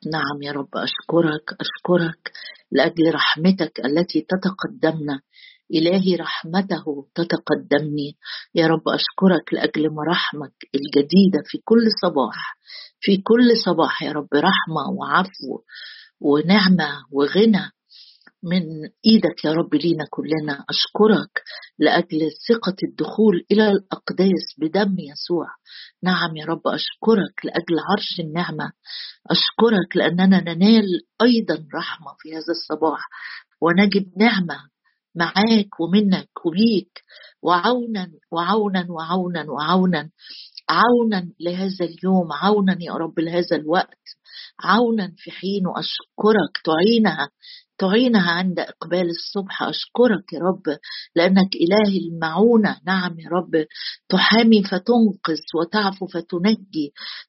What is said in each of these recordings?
نعم يا رب، أشكرك لأجل رحمتك التي تتقدمنا. إلهي رحمته تتقدمني. يا رب أشكرك لأجل مراحمك الجديدة في كل صباح، في كل صباح يا رب، رحمة وعفو ونعمة وغنى من إيدك يا رب لينا كلنا. أشكرك لأجل ثقة الدخول إلى الأقداس بدم يسوع. نعم يا رب، أشكرك لأجل عرش النعمة. أشكرك لأننا ننال أيضا رحمة في هذا الصباح، ونجد نعمة معاك ومنك وبيك، وعونا وعونا وعونا وعونا، عونا لهذا اليوم، عونا يا رب لهذا الوقت، عونا في حين. أشكرك تعينها عند إقبال الصبح. أشكرك يا رب لأنك إله المعونة. نعم يا رب، تحامي فتنقذ وتعفو فتنجي.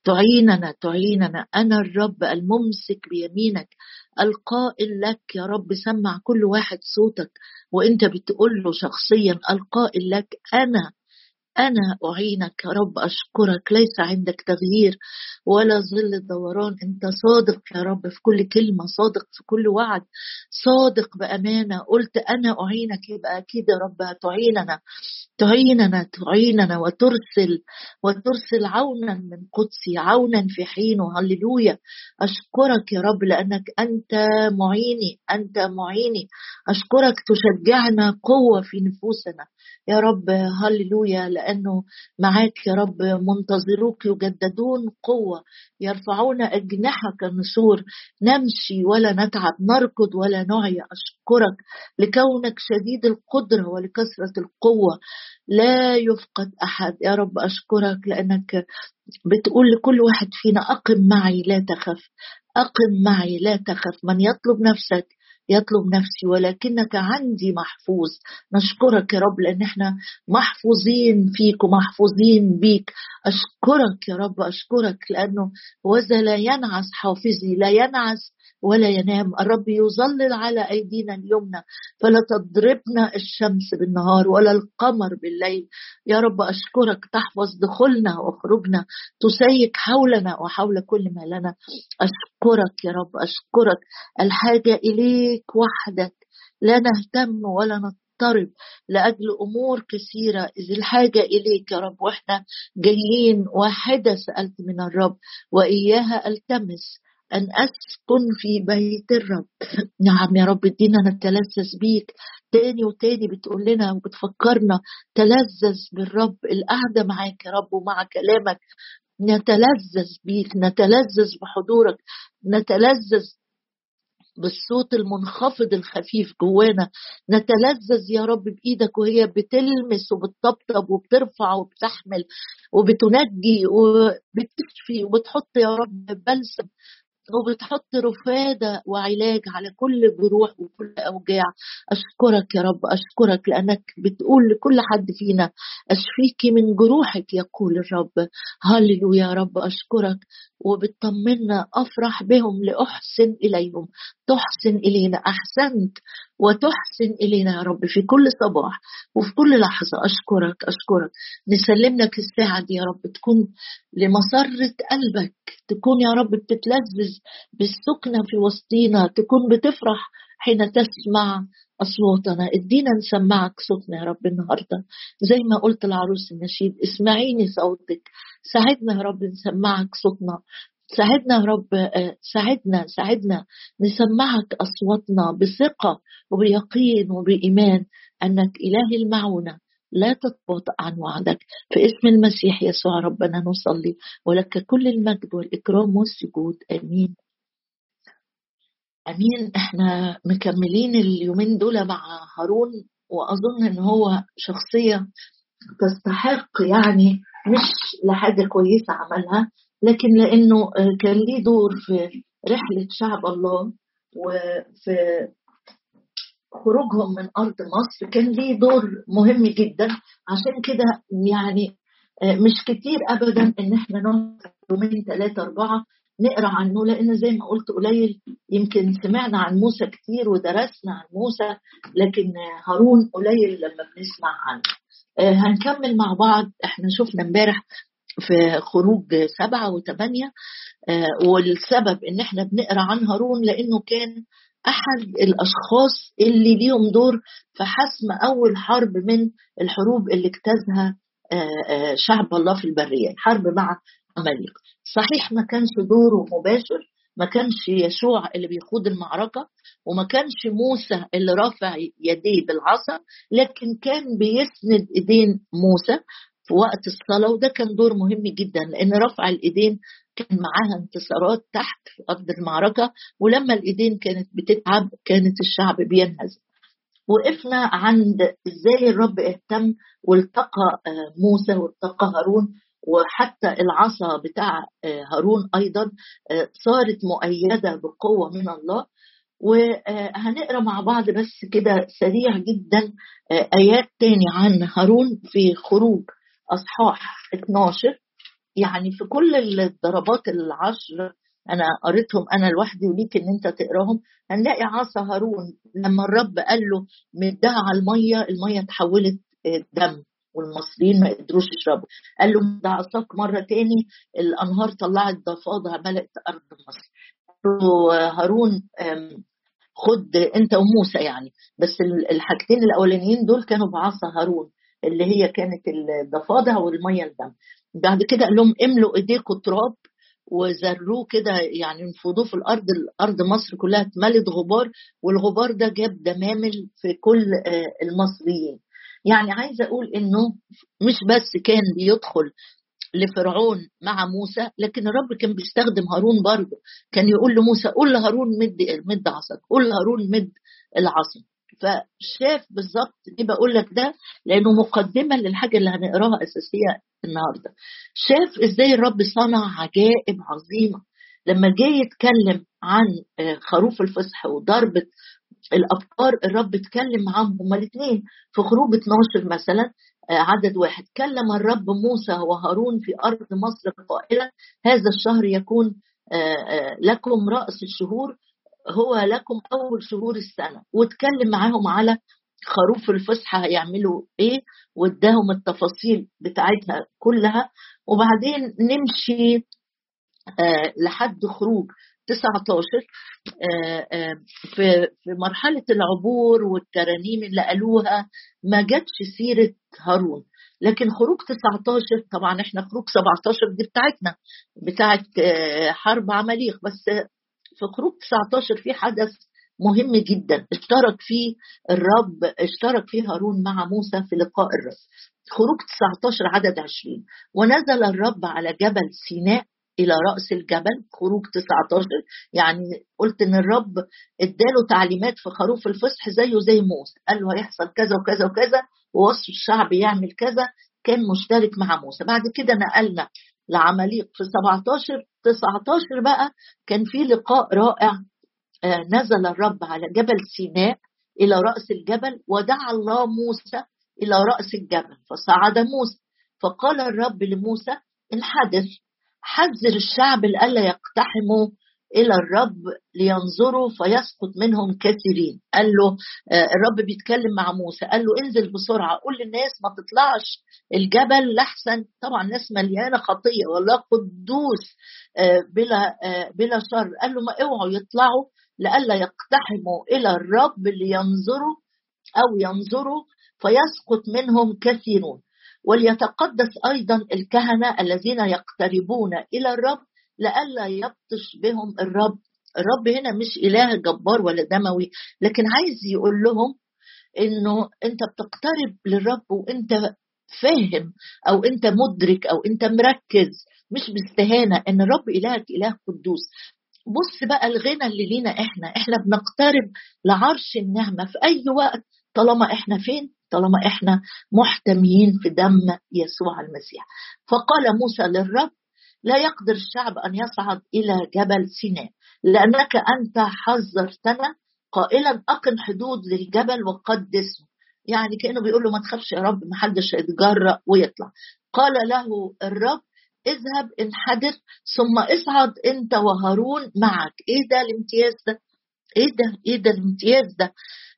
تعيننا أنا الرب الممسك بيمينك القائل لك. يا رب سمع كل واحد صوتك وانت بتقول له شخصيا، القائل لك أنا أعينك. يا رب أشكرك، ليس عندك تغيير ولا ظل الدوران. أنت صادق يا رب في كل كلمة، صادق في كل وعد، صادق بأمانة. قلت أنا أعينك، يبقى أكيد يا رب هتعيننا. تعيننا وترسل عونا من قدسي، عونا في حينه. هللويا. أشكرك يا رب لأنك أنت معيني. أشكرك تشجعنا قوة في نفوسنا يا رب. هللويا، لأنه معاك يا رب منتظروك يجددون قوة، يرفعون أجنحة كالنسور، نمشي ولا نتعب، نركض ولا نعيا. أشكرك لكونك شديد القدرة ولكثرة القوة، لا يفقد أحد يا رب. أشكرك لأنك بتقول لكل واحد فينا أقم معي لا تخف، أقم معي لا تخف. من يطلب نفسك يطلب نفسي، ولكنك عندي محفوظ. نشكرك يا رب لأن احنا محفوظين فيك ومحفوظين بيك. أشكرك يا رب، أشكرك لأنه وذا لا ينعس حافظي، لا ينعس ولا ينام. الرب يظلل على أيدينا اليمنى، فلا تضربنا الشمس بالنهار ولا القمر بالليل. يا رب أشكرك، تحفظ دخولنا وخروجنا، تسيك حولنا وحول كل ما لنا. أشكرك يا رب، أشكرك. الحاجة إليك وحدك، لا نهتم ولا نضطرب لأجل أمور كثيرة، إذ الحاجة إليك يا رب. وإحنا جايين واحدة سألت من الرب وإياها ألتمس، أن أسكن في بيت الرب. نعم يا رب، ادينا نتلذذ بيك. تاني وتاني بتقول لنا وبتفكرنا تلذذ بالرب، القعدة معاك يا رب ومع كلامك. نتلذذ بيك، نتلذذ بحضورك، نتلذذ بالصوت المنخفض الخفيف جوانا. نتلذذ يا رب بإيدك وهي بتلمس وبتطبطب وبترفع وبتحمل وبتنجي وبتشفي وبتحط يا رب بلسم وبتحط رفادة وعلاج على كل جروح وكل أوجاع. أشكرك يا رب، أشكرك لأنك بتقول لكل حد فينا أشفيك من جروحك يقول الرب. هللويا يا رب، أشكرك. وبتطمنا أفرح بهم لأحسن إليهم. تحسن إلينا، أحسنت وتحسن إلينا يا رب في كل صباح وفي كل لحظة. أشكرك. نسلم لك الساعة دي يا رب تكون لمسرة قلبك، تكون يا رب بتتلذذ بالسكنة في وسطينا، تكون بتفرح حين تسمع أصواتنا. ادينا نسمعك صوتنا يا رب النهاردة، زي ما قلت العروس النشيد اسمعيني صوتك. ساعدنا يا رب نسمعك صوتنا، ساعدنا يا رب، ساعدنا نسمعك أصواتنا بثقة وبيقين وبإيمان أنك إله المعونة، لا تتباطأ عن وعدك. في اسم المسيح يسوع ربنا نصلي، ولك كل المجد والإكرام والسجود. آمين أمين. احنا مكملين اليومين دول مع هارون، وأظن أن هو شخصية تستحق، يعني مش لحاجة كويسة عملها، لكن لأنه كان ليه دور في رحلة شعب الله وفي خروجهم من أرض مصر. كان ليه دور مهم جدا. عشان كده يعني مش كتير أبدا إن احنا نقعد يومين 3 4 نقرأ عنه، لأن زي ما قلت قليل. يمكن سمعنا عن موسى كتير ودرسنا عن موسى، لكن هارون قليل لما بنسمع عنه. هنكمل مع بعض. احنا شفنا امبارح في خروج 7 و8 والسبب ان احنا بنقرأ عن هارون لانه كان احد الاشخاص اللي ليهم دور في حسم اول حرب من الحروب اللي اجتازها شعب الله في البرية، حرب مع عماليق. صحيح ما كانش دوره مباشر، ما كانش يشوع اللي بيخوض المعركة، وما كانش موسى اللي رافع يديه بالعصا، لكن كان بيسند ايدين موسى في وقت الصلاة، وده كان دور مهم جدا لأن رفع الإيدين كان معاها انتصارات تحت في أرض المعركة، ولما الإيدين كانت بتتعب كانت الشعب بينهزم. وقفنا عند إزاي الرب اهتم والتقى موسى والتقى هارون، وحتى العصا بتاع هارون أيضا صارت مؤيدة بقوة من الله. وهنقرأ مع بعض بس كده سريع جدا آيات تاني عن هارون في خروج أصحاح 12. يعني في كل الضربات العشر أنا قريتهم أنا لوحدي وليك إن أنت تقراهم، هنلاقي عصا هارون لما الرب قال له مدها على المية تحولت دم والمصريين ما قدروش يشربوا. قال له مد عصاك مرة تاني، الأنهار طلعت ضفادع ملأت أرض مصر. هارون خد انت وموسى يعني، بس الحاجتين الاولانيين دول كانوا بعصا هارون اللي هي كانت الضفادع والميه الدم. بعد كده قال لهم املوا ايديكم تراب وزروه كده، يعني انفضوه في الارض مصر كلها اتملت غبار، والغبار ده جاب دمامل في كل المصريين. يعني عايزه اقول انه مش بس كان بيدخل لفرعون مع موسى، لكن الرب كان بيستخدم هارون برضه. كان يقول لموسى قول لهارون مد عصاك، قول لهارون مد العصا. فشاف بالظبط ليه بقول لك ده، لانه مقدمه للحاجه اللي هنقراها اساسيه النهارده. شاف ازاي الرب صنع عجائب عظيمه لما جه يتكلم عن خروف الفصح وضربه الأبكار. الرب اتكلم معاهم هما الاثنين في خروج 12 مثلا عدد 1. كلم الرب موسى وهارون في أرض مصر قائلا هذا الشهر يكون لكم رأس الشهور، هو لكم أول شهور السنة. واتكلم معاهم على خروف الفصحى هيعملوا ايه، واداهم التفاصيل بتاعتها كلها. وبعدين نمشي لحد خروج 19 في مرحلة العبور والترانيم اللي قالوها ما جاتش سيرة هارون. لكن خروج 19 طبعا احنا خروج 17 دي بتاعتنا بتاعت حرب عماليق، بس في خروج 19 في حدث مهم جدا اشترك فيه الرب، اشترك فيه هارون مع موسى في لقاء الرب. خروج 19 عدد 20. ونزل الرب على جبل سيناء إلى رأس الجبل. خروج 19 يعني قلت إن الرب اداله تعليمات في خروف الفصح زيه زي موسى، قال له هيحصل كذا وكذا وكذا ووصف الشعب يعمل كذا. كان مشترك مع موسى. بعد كده نقلنا لعماليق في 17. 19 بقى كان في لقاء رائع. نزل الرب على جبل سيناء إلى رأس الجبل، ودعا الله موسى إلى رأس الجبل فصعد موسى. فقال الرب لموسى انحدر حذر الشعب لئلا يقتحموا إلى الرب لينظروا فيسقط منهم كثيرين. قال له الرب بيتكلم مع موسى، قال له انزل بسرعة قول للناس ما تطلعش الجبل لحسن. طبعا ناس مليانة خطية والله قدوس بلا شر. قال له ما اوعوا يطلعوا لئلا يقتحموا إلى الرب لينظروا أو ينظروا فيسقط منهم كثيرون. وليتقدس أيضا الكهنة الذين يقتربون إلى الرب لئلا يبطش بهم الرب. الرب هنا مش إله جبار ولا دموي، لكن عايز يقول لهم إنه أنت بتقترب للرب وأنت فاهم أو أنت مدرك أو أنت مركز، مش باستهانة، إن الرب إلهك إله قدوس. بص بقى الغنى اللي لينا احنا بنقترب لعرش النعمة في أي وقت طالما احنا فين، طالما احنا محتميين في دم يسوع المسيح. فقال موسى للرب لا يقدر الشعب أن يصعد إلى جبل سيناء لأنك أنت حذرتنا قائلا أقم حدود للجبل وقدسه. يعني كأنه بيقول له ما تخافش يا رب، ما حدش هيتجرأ ويطلع. قال له الرب اذهب انحدر ثم اصعد انت وهارون معك. ايه ده الامتياز ده، ايه ده الامتياز ده.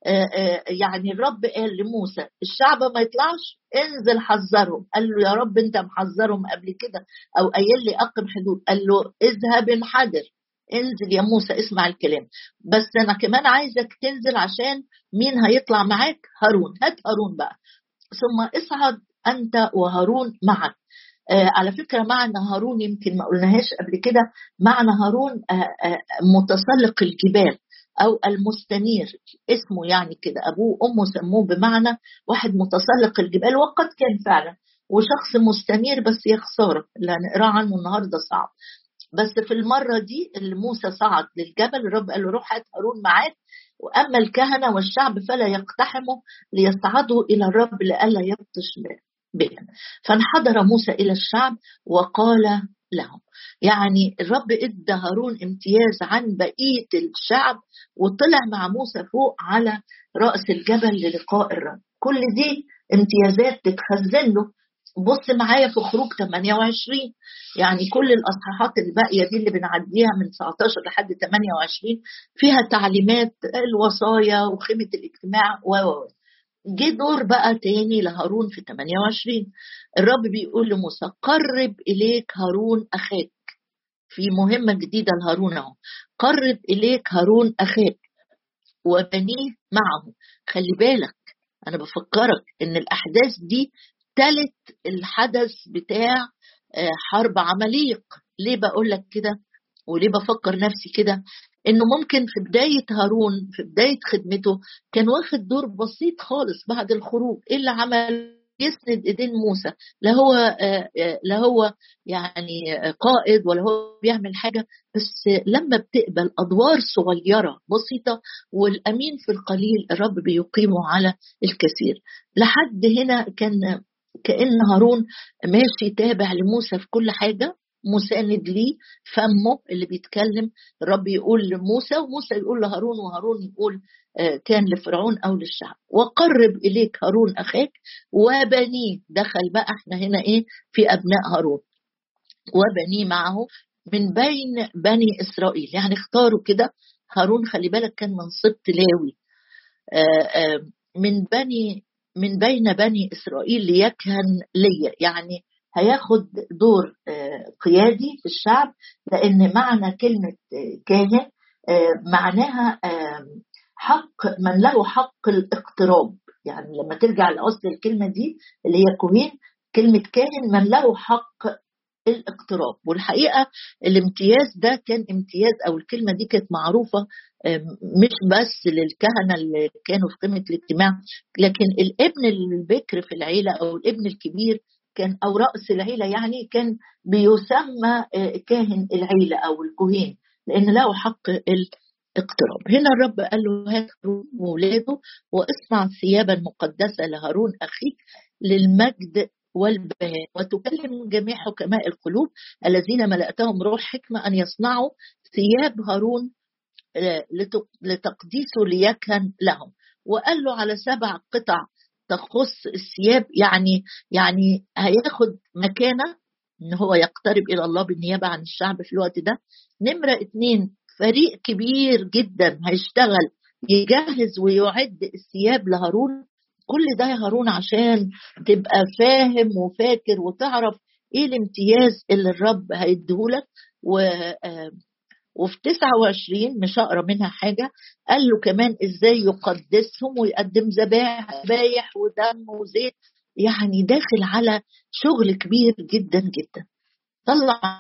يعني الرب قال لموسى الشعب ما يطلعش، انزل حذرهم. قال له يا رب انت محذرهم قبل كده او قايل لي اقم حدود. قال له اذهب انحدر، انزل يا موسى اسمع الكلام، بس انا كمان عايزك تنزل عشان مين هيطلع معاك؟ هارون. هات هارون بقى، ثم اصعد انت وهارون معك. على فكرة معنى هارون يمكن ما قلناهاش قبل كده. معنى هارون متسلق الجبال أو المستنير، اسمه يعني كده. أبوه وأمه سموه بمعنى واحد متسلق الجبال، وقد كان فعلا وشخص مستنير، بس يا خسارة اللي هنقراه عنه النهاردة صعب. بس في المرة دي اللي موسى صعد للجبل، الرب قال له روح هات هارون معاك، وأما الكهنة والشعب فلا يقتحموا ليصعدوا إلى الرب لئلا يبطش بهم. فانحدر موسى إلى الشعب وقال لهم، يعني الرب ادى هارون امتياز عن بقية الشعب، وطلع مع موسى فوق على رأس الجبل للقاء الرب. كل دي امتيازات تتخزن له. بص معايا في خروج 28، يعني كل الأصحاحات الباقية دي اللي بنعديها من 19 لحد 28 فيها تعليمات الوصايا وخيمة الاجتماع جه دور بقى تاني لهارون في 28. الرب بيقول لموسى قرب إليك هارون أخاك. في مهمة جديدة لهارون اهو، قرب إليك هارون أخاك وبنيه معه. خلي بالك أنا بفكرك إن الأحداث دي تالت الحدث بتاع حرب عماليق. ليه بقول لك كده وليه بفكر نفسي كده؟ انه ممكن في بداية هارون في بداية خدمته كان واخد دور بسيط خالص. بعد الخروج ايه اللي عمل؟ يسند ايدين موسى. لا هو يعني قائد ولا هو بيعمل حاجة، بس لما بتقبل ادوار صغيرة بسيطة والامين في القليل الرب بيقيمه على الكثير. لحد هنا كأن هارون ماشي تابع لموسى في كل حاجة، مساند ليه، فمه اللي بيتكلم. الرب يقول لموسى وموسى يقول لهارون وهارون يقول كان لفرعون أو للشعب. وقرب إليك هارون أخاك وبنيه. دخل بقى احنا هنا ايه في أبناء هارون وبنيه معه من بين بني إسرائيل. يعني اختاروا كده هارون، خلي بالك كان من سبط لاوي، من بين بني إسرائيل ليكهن لي، يعني هياخد دور قيادي في الشعب. لأن معنى كلمة كاهن معناها حق من له حق الاقتراب. يعني لما ترجع لأصل الكلمة دي اللي هي كوهين، كلمة كاهن من له حق الاقتراب. والحقيقة الامتياز ده كان امتياز، أو الكلمة دي كانت معروفة مش بس للكهنة اللي كانوا في قمة الاجتماع، لكن الابن البكر في العيلة أو الابن الكبير كان أو رأس العيلة، يعني كان بيسمى كاهن العيلة أو الكهين، لأن له حق الاقتراب. هنا الرب قال له هات هارون وولاده واصنع ثيابا مقدسة لهارون أخيك للمجد والبهاء، وتكلم جميع حكماء القلوب الذين ملأتهم روح حكمة أن يصنعوا ثياب هارون لتقديسه ليكهن لهم. وقال له على 7 قطع تخص الثياب، يعني هياخد مكانة ان هو يقترب الى الله بالنيابة عن الشعب في الوقت ده. نمرة 2 فريق كبير جدا هيشتغل يجهز ويعد الثياب لهارون. كل ده يا هارون عشان تبقى فاهم وفاكر وتعرف ايه الامتياز اللي الرب هيديهولك. وفي 29 مش هقرا منها حاجة، قال له كمان ازاي يقدسهم ويقدم ذبايح ودم وزيت. يعني داخل على شغل كبير جدا جدا. طلع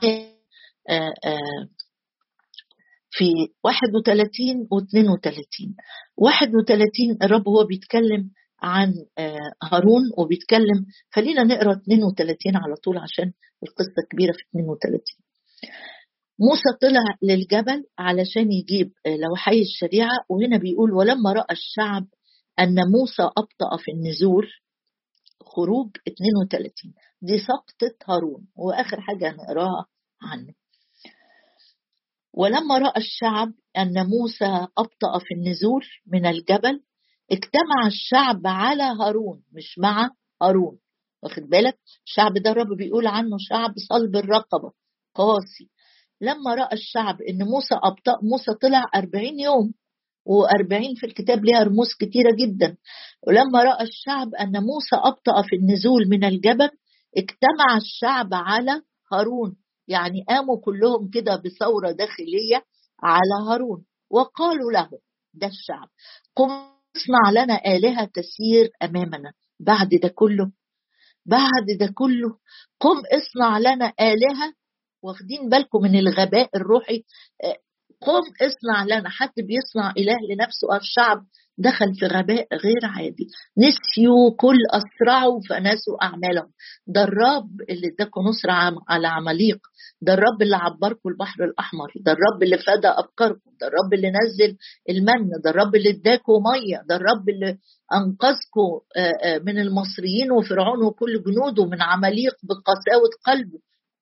في 31 و 32. 31 الرب هو بيتكلم عن هارون وبيتكلم. خلينا نقرا 32 على طول عشان القصة كبيرة في 32. موسى طلع للجبل علشان يجيب لوحي الشريعة، وهنا بيقول ولما رأى الشعب أن موسى أبطأ في النزول. خروج 32 دي سقطة هارون وآخر حاجة نقراها عنه. ولما رأى الشعب أن موسى أبطأ في النزول من الجبل اجتمع الشعب على هارون، مش مع هارون. واخد بالك الشعب ده الرب بيقول عنه شعب صلب الرقبة قاسي. لما رأى الشعب ان موسى أبطأ، موسى طلع 40 يوم و40 في الكتاب ليها رموز كتيرة جدا. ولما رأى الشعب أن موسى أبطأ في النزول من الجبل اجتمع الشعب على هارون، يعني قاموا كلهم كده بثورة داخلية على هارون وقالوا له، ده الشعب، قم اصنع لنا آلهة تسير أمامنا. بعد ده كله، بعد ده كله، قم اصنع لنا آلهة. واخدين بالكم من الغباء الروحي؟ قم اصنع لنا، حد بيصنع إله لنفسه؟ الشعب دخل في غباء غير عادي، نسيوا كل، أسرعوا فنسوا أعمالهم. ده الرب اللي اداكم نصر على عماليق، ده الرب اللي عبركم البحر الأحمر، ده الرب اللي فدى أفكاركم، ده الرب اللي نزل المن، ده الرب اللي اداكم مية، ده الرب اللي أنقذكم من المصريين وفرعون وكل جنوده من عماليق بقساوة قلبه.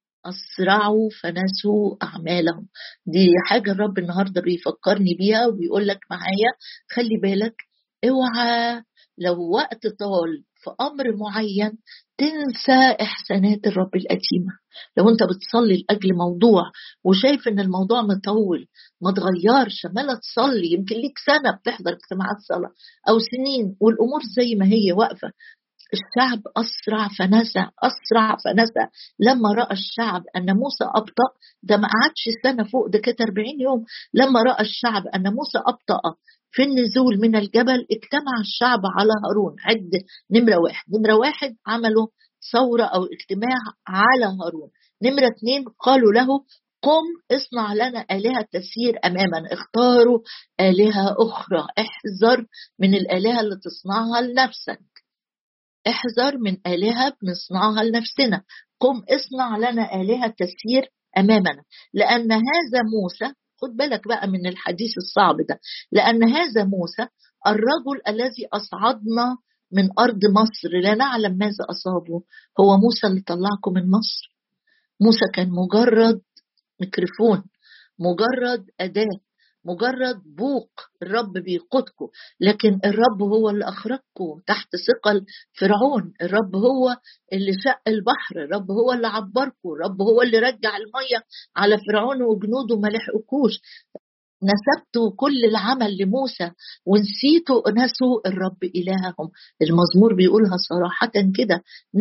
أسرعوا فنسوا أعمالهم. دي حاجة الرب النهاردة بيفكرني بيها وبيقول لك معايا خلي بالك، اوعى لو وقت طال في أمر معين تنسى إحسانات الرب القديمة. لو أنت بتصلي لأجل موضوع وشايف إن الموضوع مطول، ما تغيرش، عمالة تصلي، يمكن ليك سنة بتحضر اجتماعات صلاة أو سنين والأمور زي ما هي واقفة. الشعب أسرع فنسى، أسرع فنسى. لما رأى الشعب أن موسى أبطأ، ده ما قعدش سنة فوق، ده كانت 40 يوم. لما رأى الشعب أن موسى أبطأ في النزول من الجبل اجتمع الشعب على هارون. عد نمرة واحد، نمرة واحد عملوا ثورة أو اجتماع على هارون. نمرة 2 قالوا له قم اصنع لنا آلهة تسير أمامنا. اختاروا آلهة أخرى، احذر من الآلهة اللي تصنعها لنفسك، احذر من آلهة بنصنعها لنفسنا. قم اصنع لنا آلهة تسير أمامنا، لأن هذا موسى، خد بالك بقى من الحديث الصعب ده، لأن هذا موسى الرجل الذي أصعدنا من أرض مصر لا نعلم ماذا أصابه. هو موسى اللي طلعكم من مصر؟ موسى كان مجرد ميكروفون، مجرد أداة، مجرد بوق الرب بيقودكم، لكن الرب هو اللي أخرجكم تحت ثقل فرعون. الرب هو اللي شق البحر، الرب هو اللي عبركم، الرب هو اللي رجع المية على فرعون وجنوده ما لحقوكوش. نسبتوا كل العمل لموسى ونسيتوا، نسوا الرب إلههم. المزمور بيقولها صراحة كده،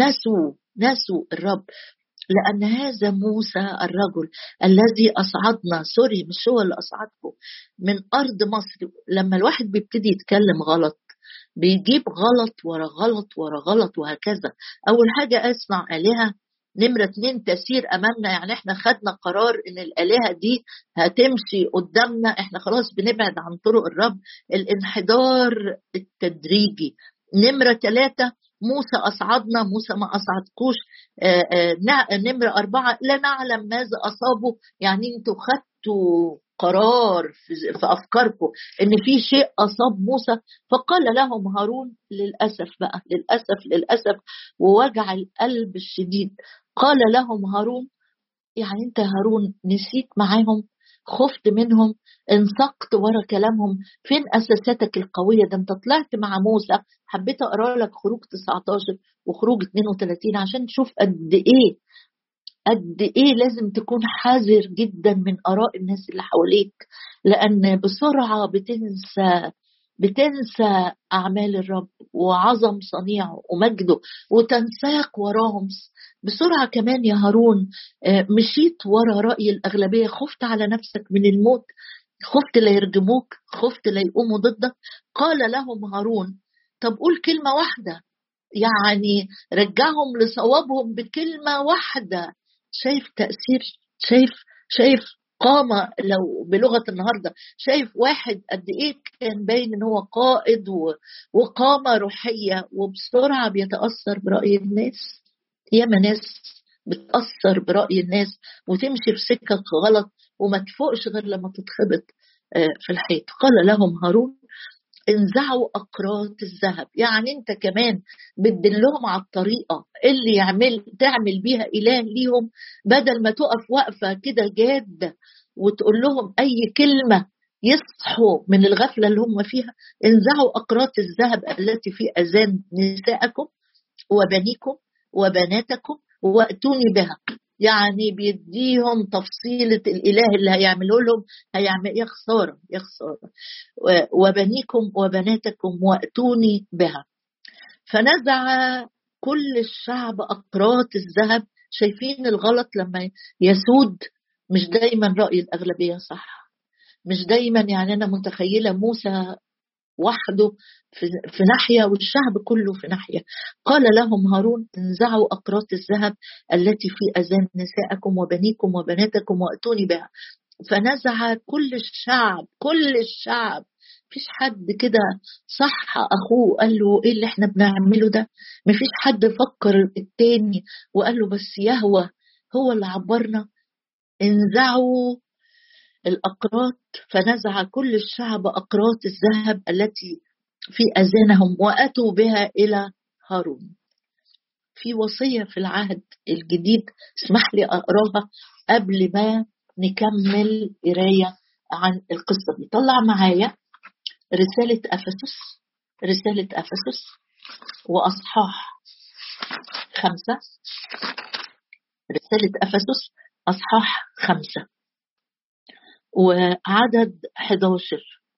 نسوا الرب. لأن هذا موسى الرجل الذي أصعدنا، سوري مش هو اللي أصعدكم من أرض مصر. لما الواحد بيبتدي يتكلم غلط بيجيب غلط ورا غلط ورا غلط وهكذا. أول حاجة أسمع آلهة، نمرة 2 تسير أمامنا، يعني احنا خدنا قرار إن الآلهة دي هتمشي قدامنا، احنا خلاص بنبعد عن طرق الرب، الانحدار التدريجي. نمرة 3 موسى أصعدنا، موسى ما أصعدكوش. نمرة 4 لا نعلم ماذا أصابه، يعني انتوا خدتوا قرار في أفكاركم إن في شيء أصاب موسى. فقال لهم هارون، للأسف بقى، للأسف ووجع القلب الشديد، قال لهم هارون، يعني انت هارون نسيت معاهم، خفت منهم، انسقت ورا كلامهم، فين أساساتك القوية؟ ده انت طلعت مع موسى. حبيت أقرأ لك خروج 19 وخروج 32 عشان تشوف قد ايه لازم تكون حذر جدا من آراء الناس اللي حواليك، لأن بسرعة بتنسى أعمال الرب وعظم صنيعه ومجده وتنساق وراهم بسرعة. كمان يا هارون مشيت ورا رأي الأغلبية، خفت على نفسك من الموت، خفت لا يرجموك، خفت لا يقوموا ضدك. قال لهم هارون، طب قول كلمة واحدة، يعني رجعهم لصوابهم بكلمة واحدة. شايف تأثير؟ شايف قامة؟ لو بلغة النهاردة، شايف واحد قد ايه كان باين ان هو قائد وقامة روحية، وبسرعة بيتأثر برأي الناس. ياما ناس بتأثر برأي الناس وتمشي في سكة غلط وما تفوقش غير لما تتخبط في الحيط. قال لهم هارون انزعوا أقراط الذهب، يعني انت كمان بتدلهم على الطريقة اللي تعمل بيها إله ليهم، بدل ما تقف وقفة كده جادة وتقول لهم أي كلمة يصحوا من الغفلة اللي هم فيها. انزعوا أقراط الذهب التي في أذان نسائكم وبنيكم وبناتكم وأتوني بها. يعني بيديهم تفصيلة الإله اللي هيعمله لهم. هيعمل يا خسارة يا خسارة. وبنيكم وبناتكم وأتوني بها. فنزع كل الشعب أقراط الذهب. شايفين الغلط لما يسود؟ مش دايما رأي الأغلبية صح، مش دايما. يعني أنا متخيلة موسى وحده في ناحية والشعب كله في ناحية. قال لهم هارون انزعوا أقراط الذهب التي في أذان نسائكم وبنيكم وبناتكم وأتوني بها. فنزع كل الشعب مفيش حد كده صح أخوه قال له إيه اللي إحنا بنعمله ده. مفيش حد فكر التاني وقال له بس يهوه هو اللي عبرنا. انزعوا الأقراط. فنزع كل الشعب أقراط الذهب التي في أذانهم وأتوا بها إلى هارون. في وصية في العهد الجديد اسمح لي أقراها قبل ما نكمل قراية عن القصة دي. طلع معايا رسالة أفسس وأصحاح 5. رسالة أفسس أصحاح 5 وعدد 11.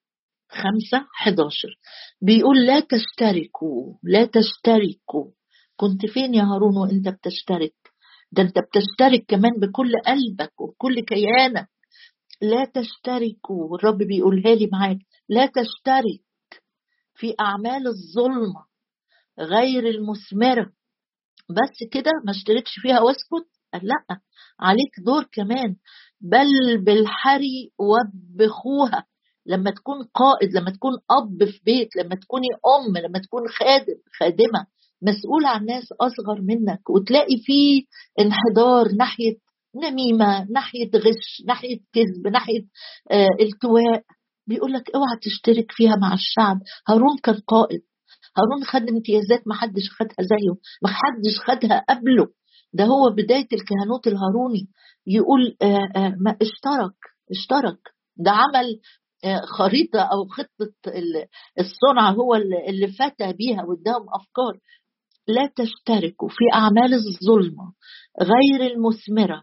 5:11 بيقول لا تشتركوا. كنت فين يا هارون وانت بتشترك؟ ده انت بتشترك كمان بكل قلبك وبكل كيانك. لا تشتركوا، الرب بيقولها لي معاك، لا تشترك في أعمال الظلمة غير المثمرة. بس كده ما اشتركش فيها واسكت؟ لا، عليك دور كمان. بل بالحري وبخوها. لما تكون قائد، لما تكون أب في بيت، لما تكوني أم، لما تكون خادمة مسؤول عن ناس أصغر منك وتلاقي فيه انحدار ناحية نميمة، ناحية غش، ناحية كذب، ناحية التواء، بيقولك اوعى تشترك فيها مع الشعب. هارون كان قائد. هارون خد امتيازات ما حدش خدها زيه، ما حدش خدها قبله. ده هو بداية الكهنوت الهاروني. يقول ما اشترك. ده عمل خريطة أو خطة الصنع، هو اللي فتى بيها واداهم أفكار. لا تشتركوا في أعمال الظلمة غير المثمرة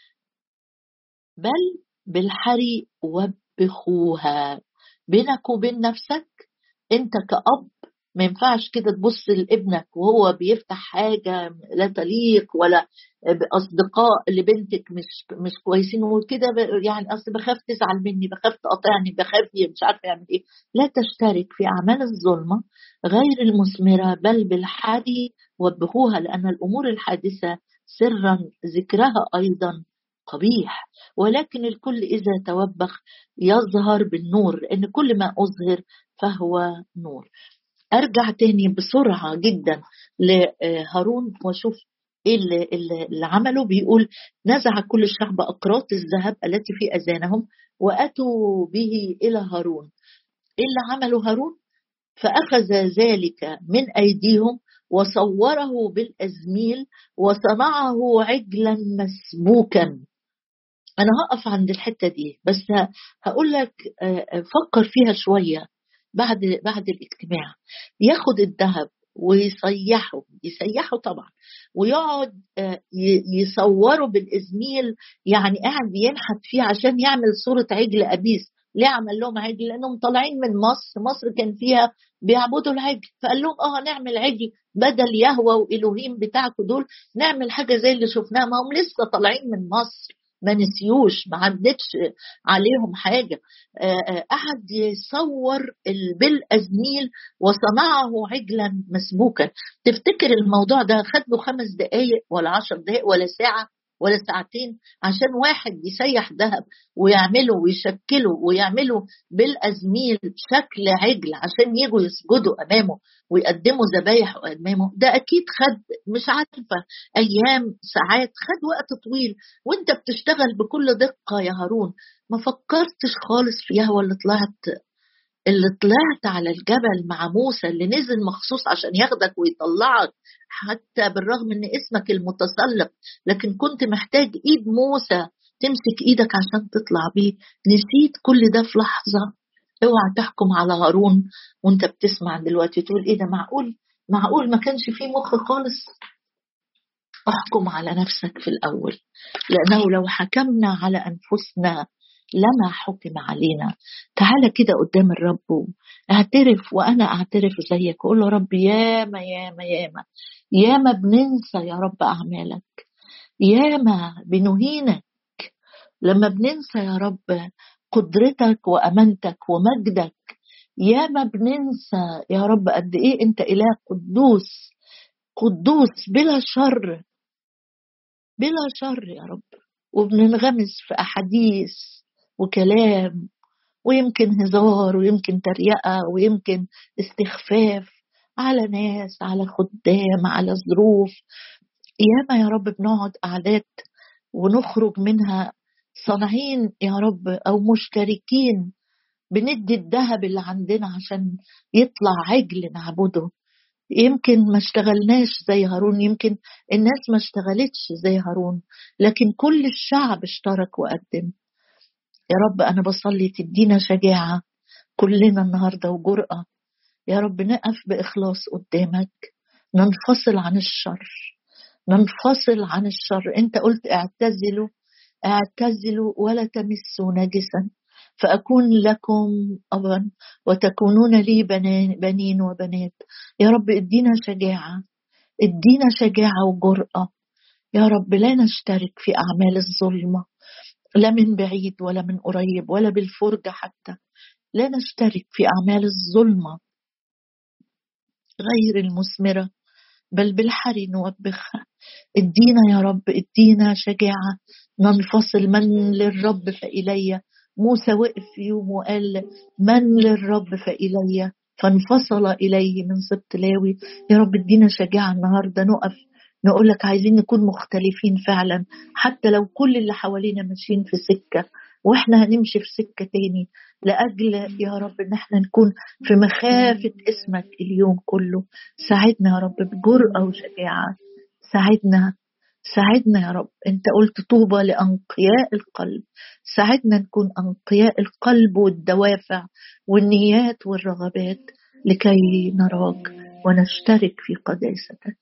بل بالحري وبخوها. بينك وبين نفسك انت كأب ما ينفعش كده تبص لابنك وهو بيفتح حاجة لا تليق، ولا أصدقاء لبنتك مش كويسين وكده يعني أصل بخاف تزعل مني، بخاف تقاطعني، بخاف مش عارفة يعمل إيه. لا تشترك في أعمال الظلمة غير المثمرة بل بالحري وبخوها، لأن الأمور الحادثة سرا ذكرها أيضا قبيح، ولكن الكل إذا توبخ يظهر بالنور، لأن كل ما أظهر فهو نور. أرجع تاني بسرعة جدا لهارون وأشوف إيه اللي عمله. بيقول نزع كل الشعب أقراط الذهب التي في أذانهم وأتوا به إلى هارون. إيه اللي عمله هارون؟ فأخذ ذلك من أيديهم وصوره بالأزميل وصنعه عجلا مسبوكا. أنا هقف عند الحتة دي بس هقول لك فكر فيها شوية. بعد الاجتماع ياخد الذهب يسيحه طبعا، ويقعد يصوره بالإزميل، يعني قاعد بينحت فيه عشان يعمل صورة عجل أبيس. ليه عمل لهم عجل؟ لأنهم طالعين من مصر كان فيها بيعبدوا العجل، فقال لهم نعمل عجل بدل يهوه وإلهيم بتاعكم دول، نعمل حاجة زي اللي شفناها. ما هم لسه طالعين من مصر، ما نسيوش، ما عدتش عليهم حاجة. قعد يصور بالأزميل وصنعه عجلا مسبوكا. تفتكر الموضوع ده خد له 5 دقايق ولا 10 دقايق ولا ساعة ولا ساعتين عشان واحد يسيح ذهب ويعمله ويشكله ويعمله بالأزميل شكل عجل عشان يجوا يسجدوا أمامه ويقدموا ذبايح أمامه؟ ده أكيد خد مش عارفة أيام، ساعات، خد وقت طويل. وانت بتشتغل بكل دقة يا هارون ما فكرتش خالص في يهوه اللي طلعت على الجبل مع موسى، اللي نزل مخصوص عشان ياخدك ويطلعك، حتى بالرغم ان اسمك المتسلق لكن كنت محتاج ايد موسى تمسك ايدك عشان تطلع بيه. نسيت كل ده في لحظة؟ اوعى تحكم على هارون وانت بتسمع دلوقتي تقول ايه ده، معقول ما كانش فيه مخ خالص؟ احكم على نفسك في الأول، لأنه لو حكمنا على أنفسنا لما حكم علينا. تعالى كده قدام الرب، اعترف وأنا أعترف زيك، قول له رب ياما ياما ياما ياما بننسى يا رب أعمالك، ياما بنهينك لما بننسى يا رب قدرتك وأمانتك ومجدك، ياما بننسى يا رب قد إيه أنت إله قدوس، قدوس بلا شر، بلا شر يا رب. وبننغمس في أحاديث وكلام، ويمكن هزار ويمكن تريقة ويمكن استخفاف على ناس، على خدام، على ظروف. ياما يا رب بنقعد قعدات ونخرج منها صانعين يا رب أو مشتركين، بندي الذهب اللي عندنا عشان يطلع عجل نعبده. يمكن ما اشتغلناش زي هارون، يمكن الناس ما اشتغلتش زي هارون، لكن كل الشعب اشترك وقدم. يا رب أنا بصلي تدينا شجاعة كلنا النهاردة وجرأة يا رب، نقف بإخلاص قدامك، ننفصل عن الشر، ننفصل عن الشر. انت قلت اعتزلوا، اعتزلوا ولا تمسوا نجسا فأكون لكم أبا وتكونون لي بنين وبنات. يا رب ادينا شجاعة، ادينا شجاعة وجرأة يا رب، لا نشترك في أعمال الظلمة، لا من بعيد ولا من قريب ولا بالفرجة حتى، لا نشترك في أعمال الظلمة غير المثمرة، بل بالحري نوبخها. ادينا يا رب، ادينا شجاعة ننفصل. من للرب فإلي، موسى وقف في يوم وقال من للرب فإلي، فانفصل إليه من سبط لاوي. يا رب ادينا شجاعة النهاردة نقف نقولك عايزين نكون مختلفين فعلا، حتى لو كل اللي حوالينا ماشيين في سكة واحنا هنمشي في سكة تاني، لأجل يا رب ان احنا نكون في مخافة اسمك اليوم كله. ساعدنا يا رب بجرأة وشجاعة، ساعدنا، ساعدنا يا رب. انت قلت طوبى لأنقياء القلب، ساعدنا نكون أنقياء القلب والدوافع والنيات والرغبات لكي نراك ونشترك في قداستك.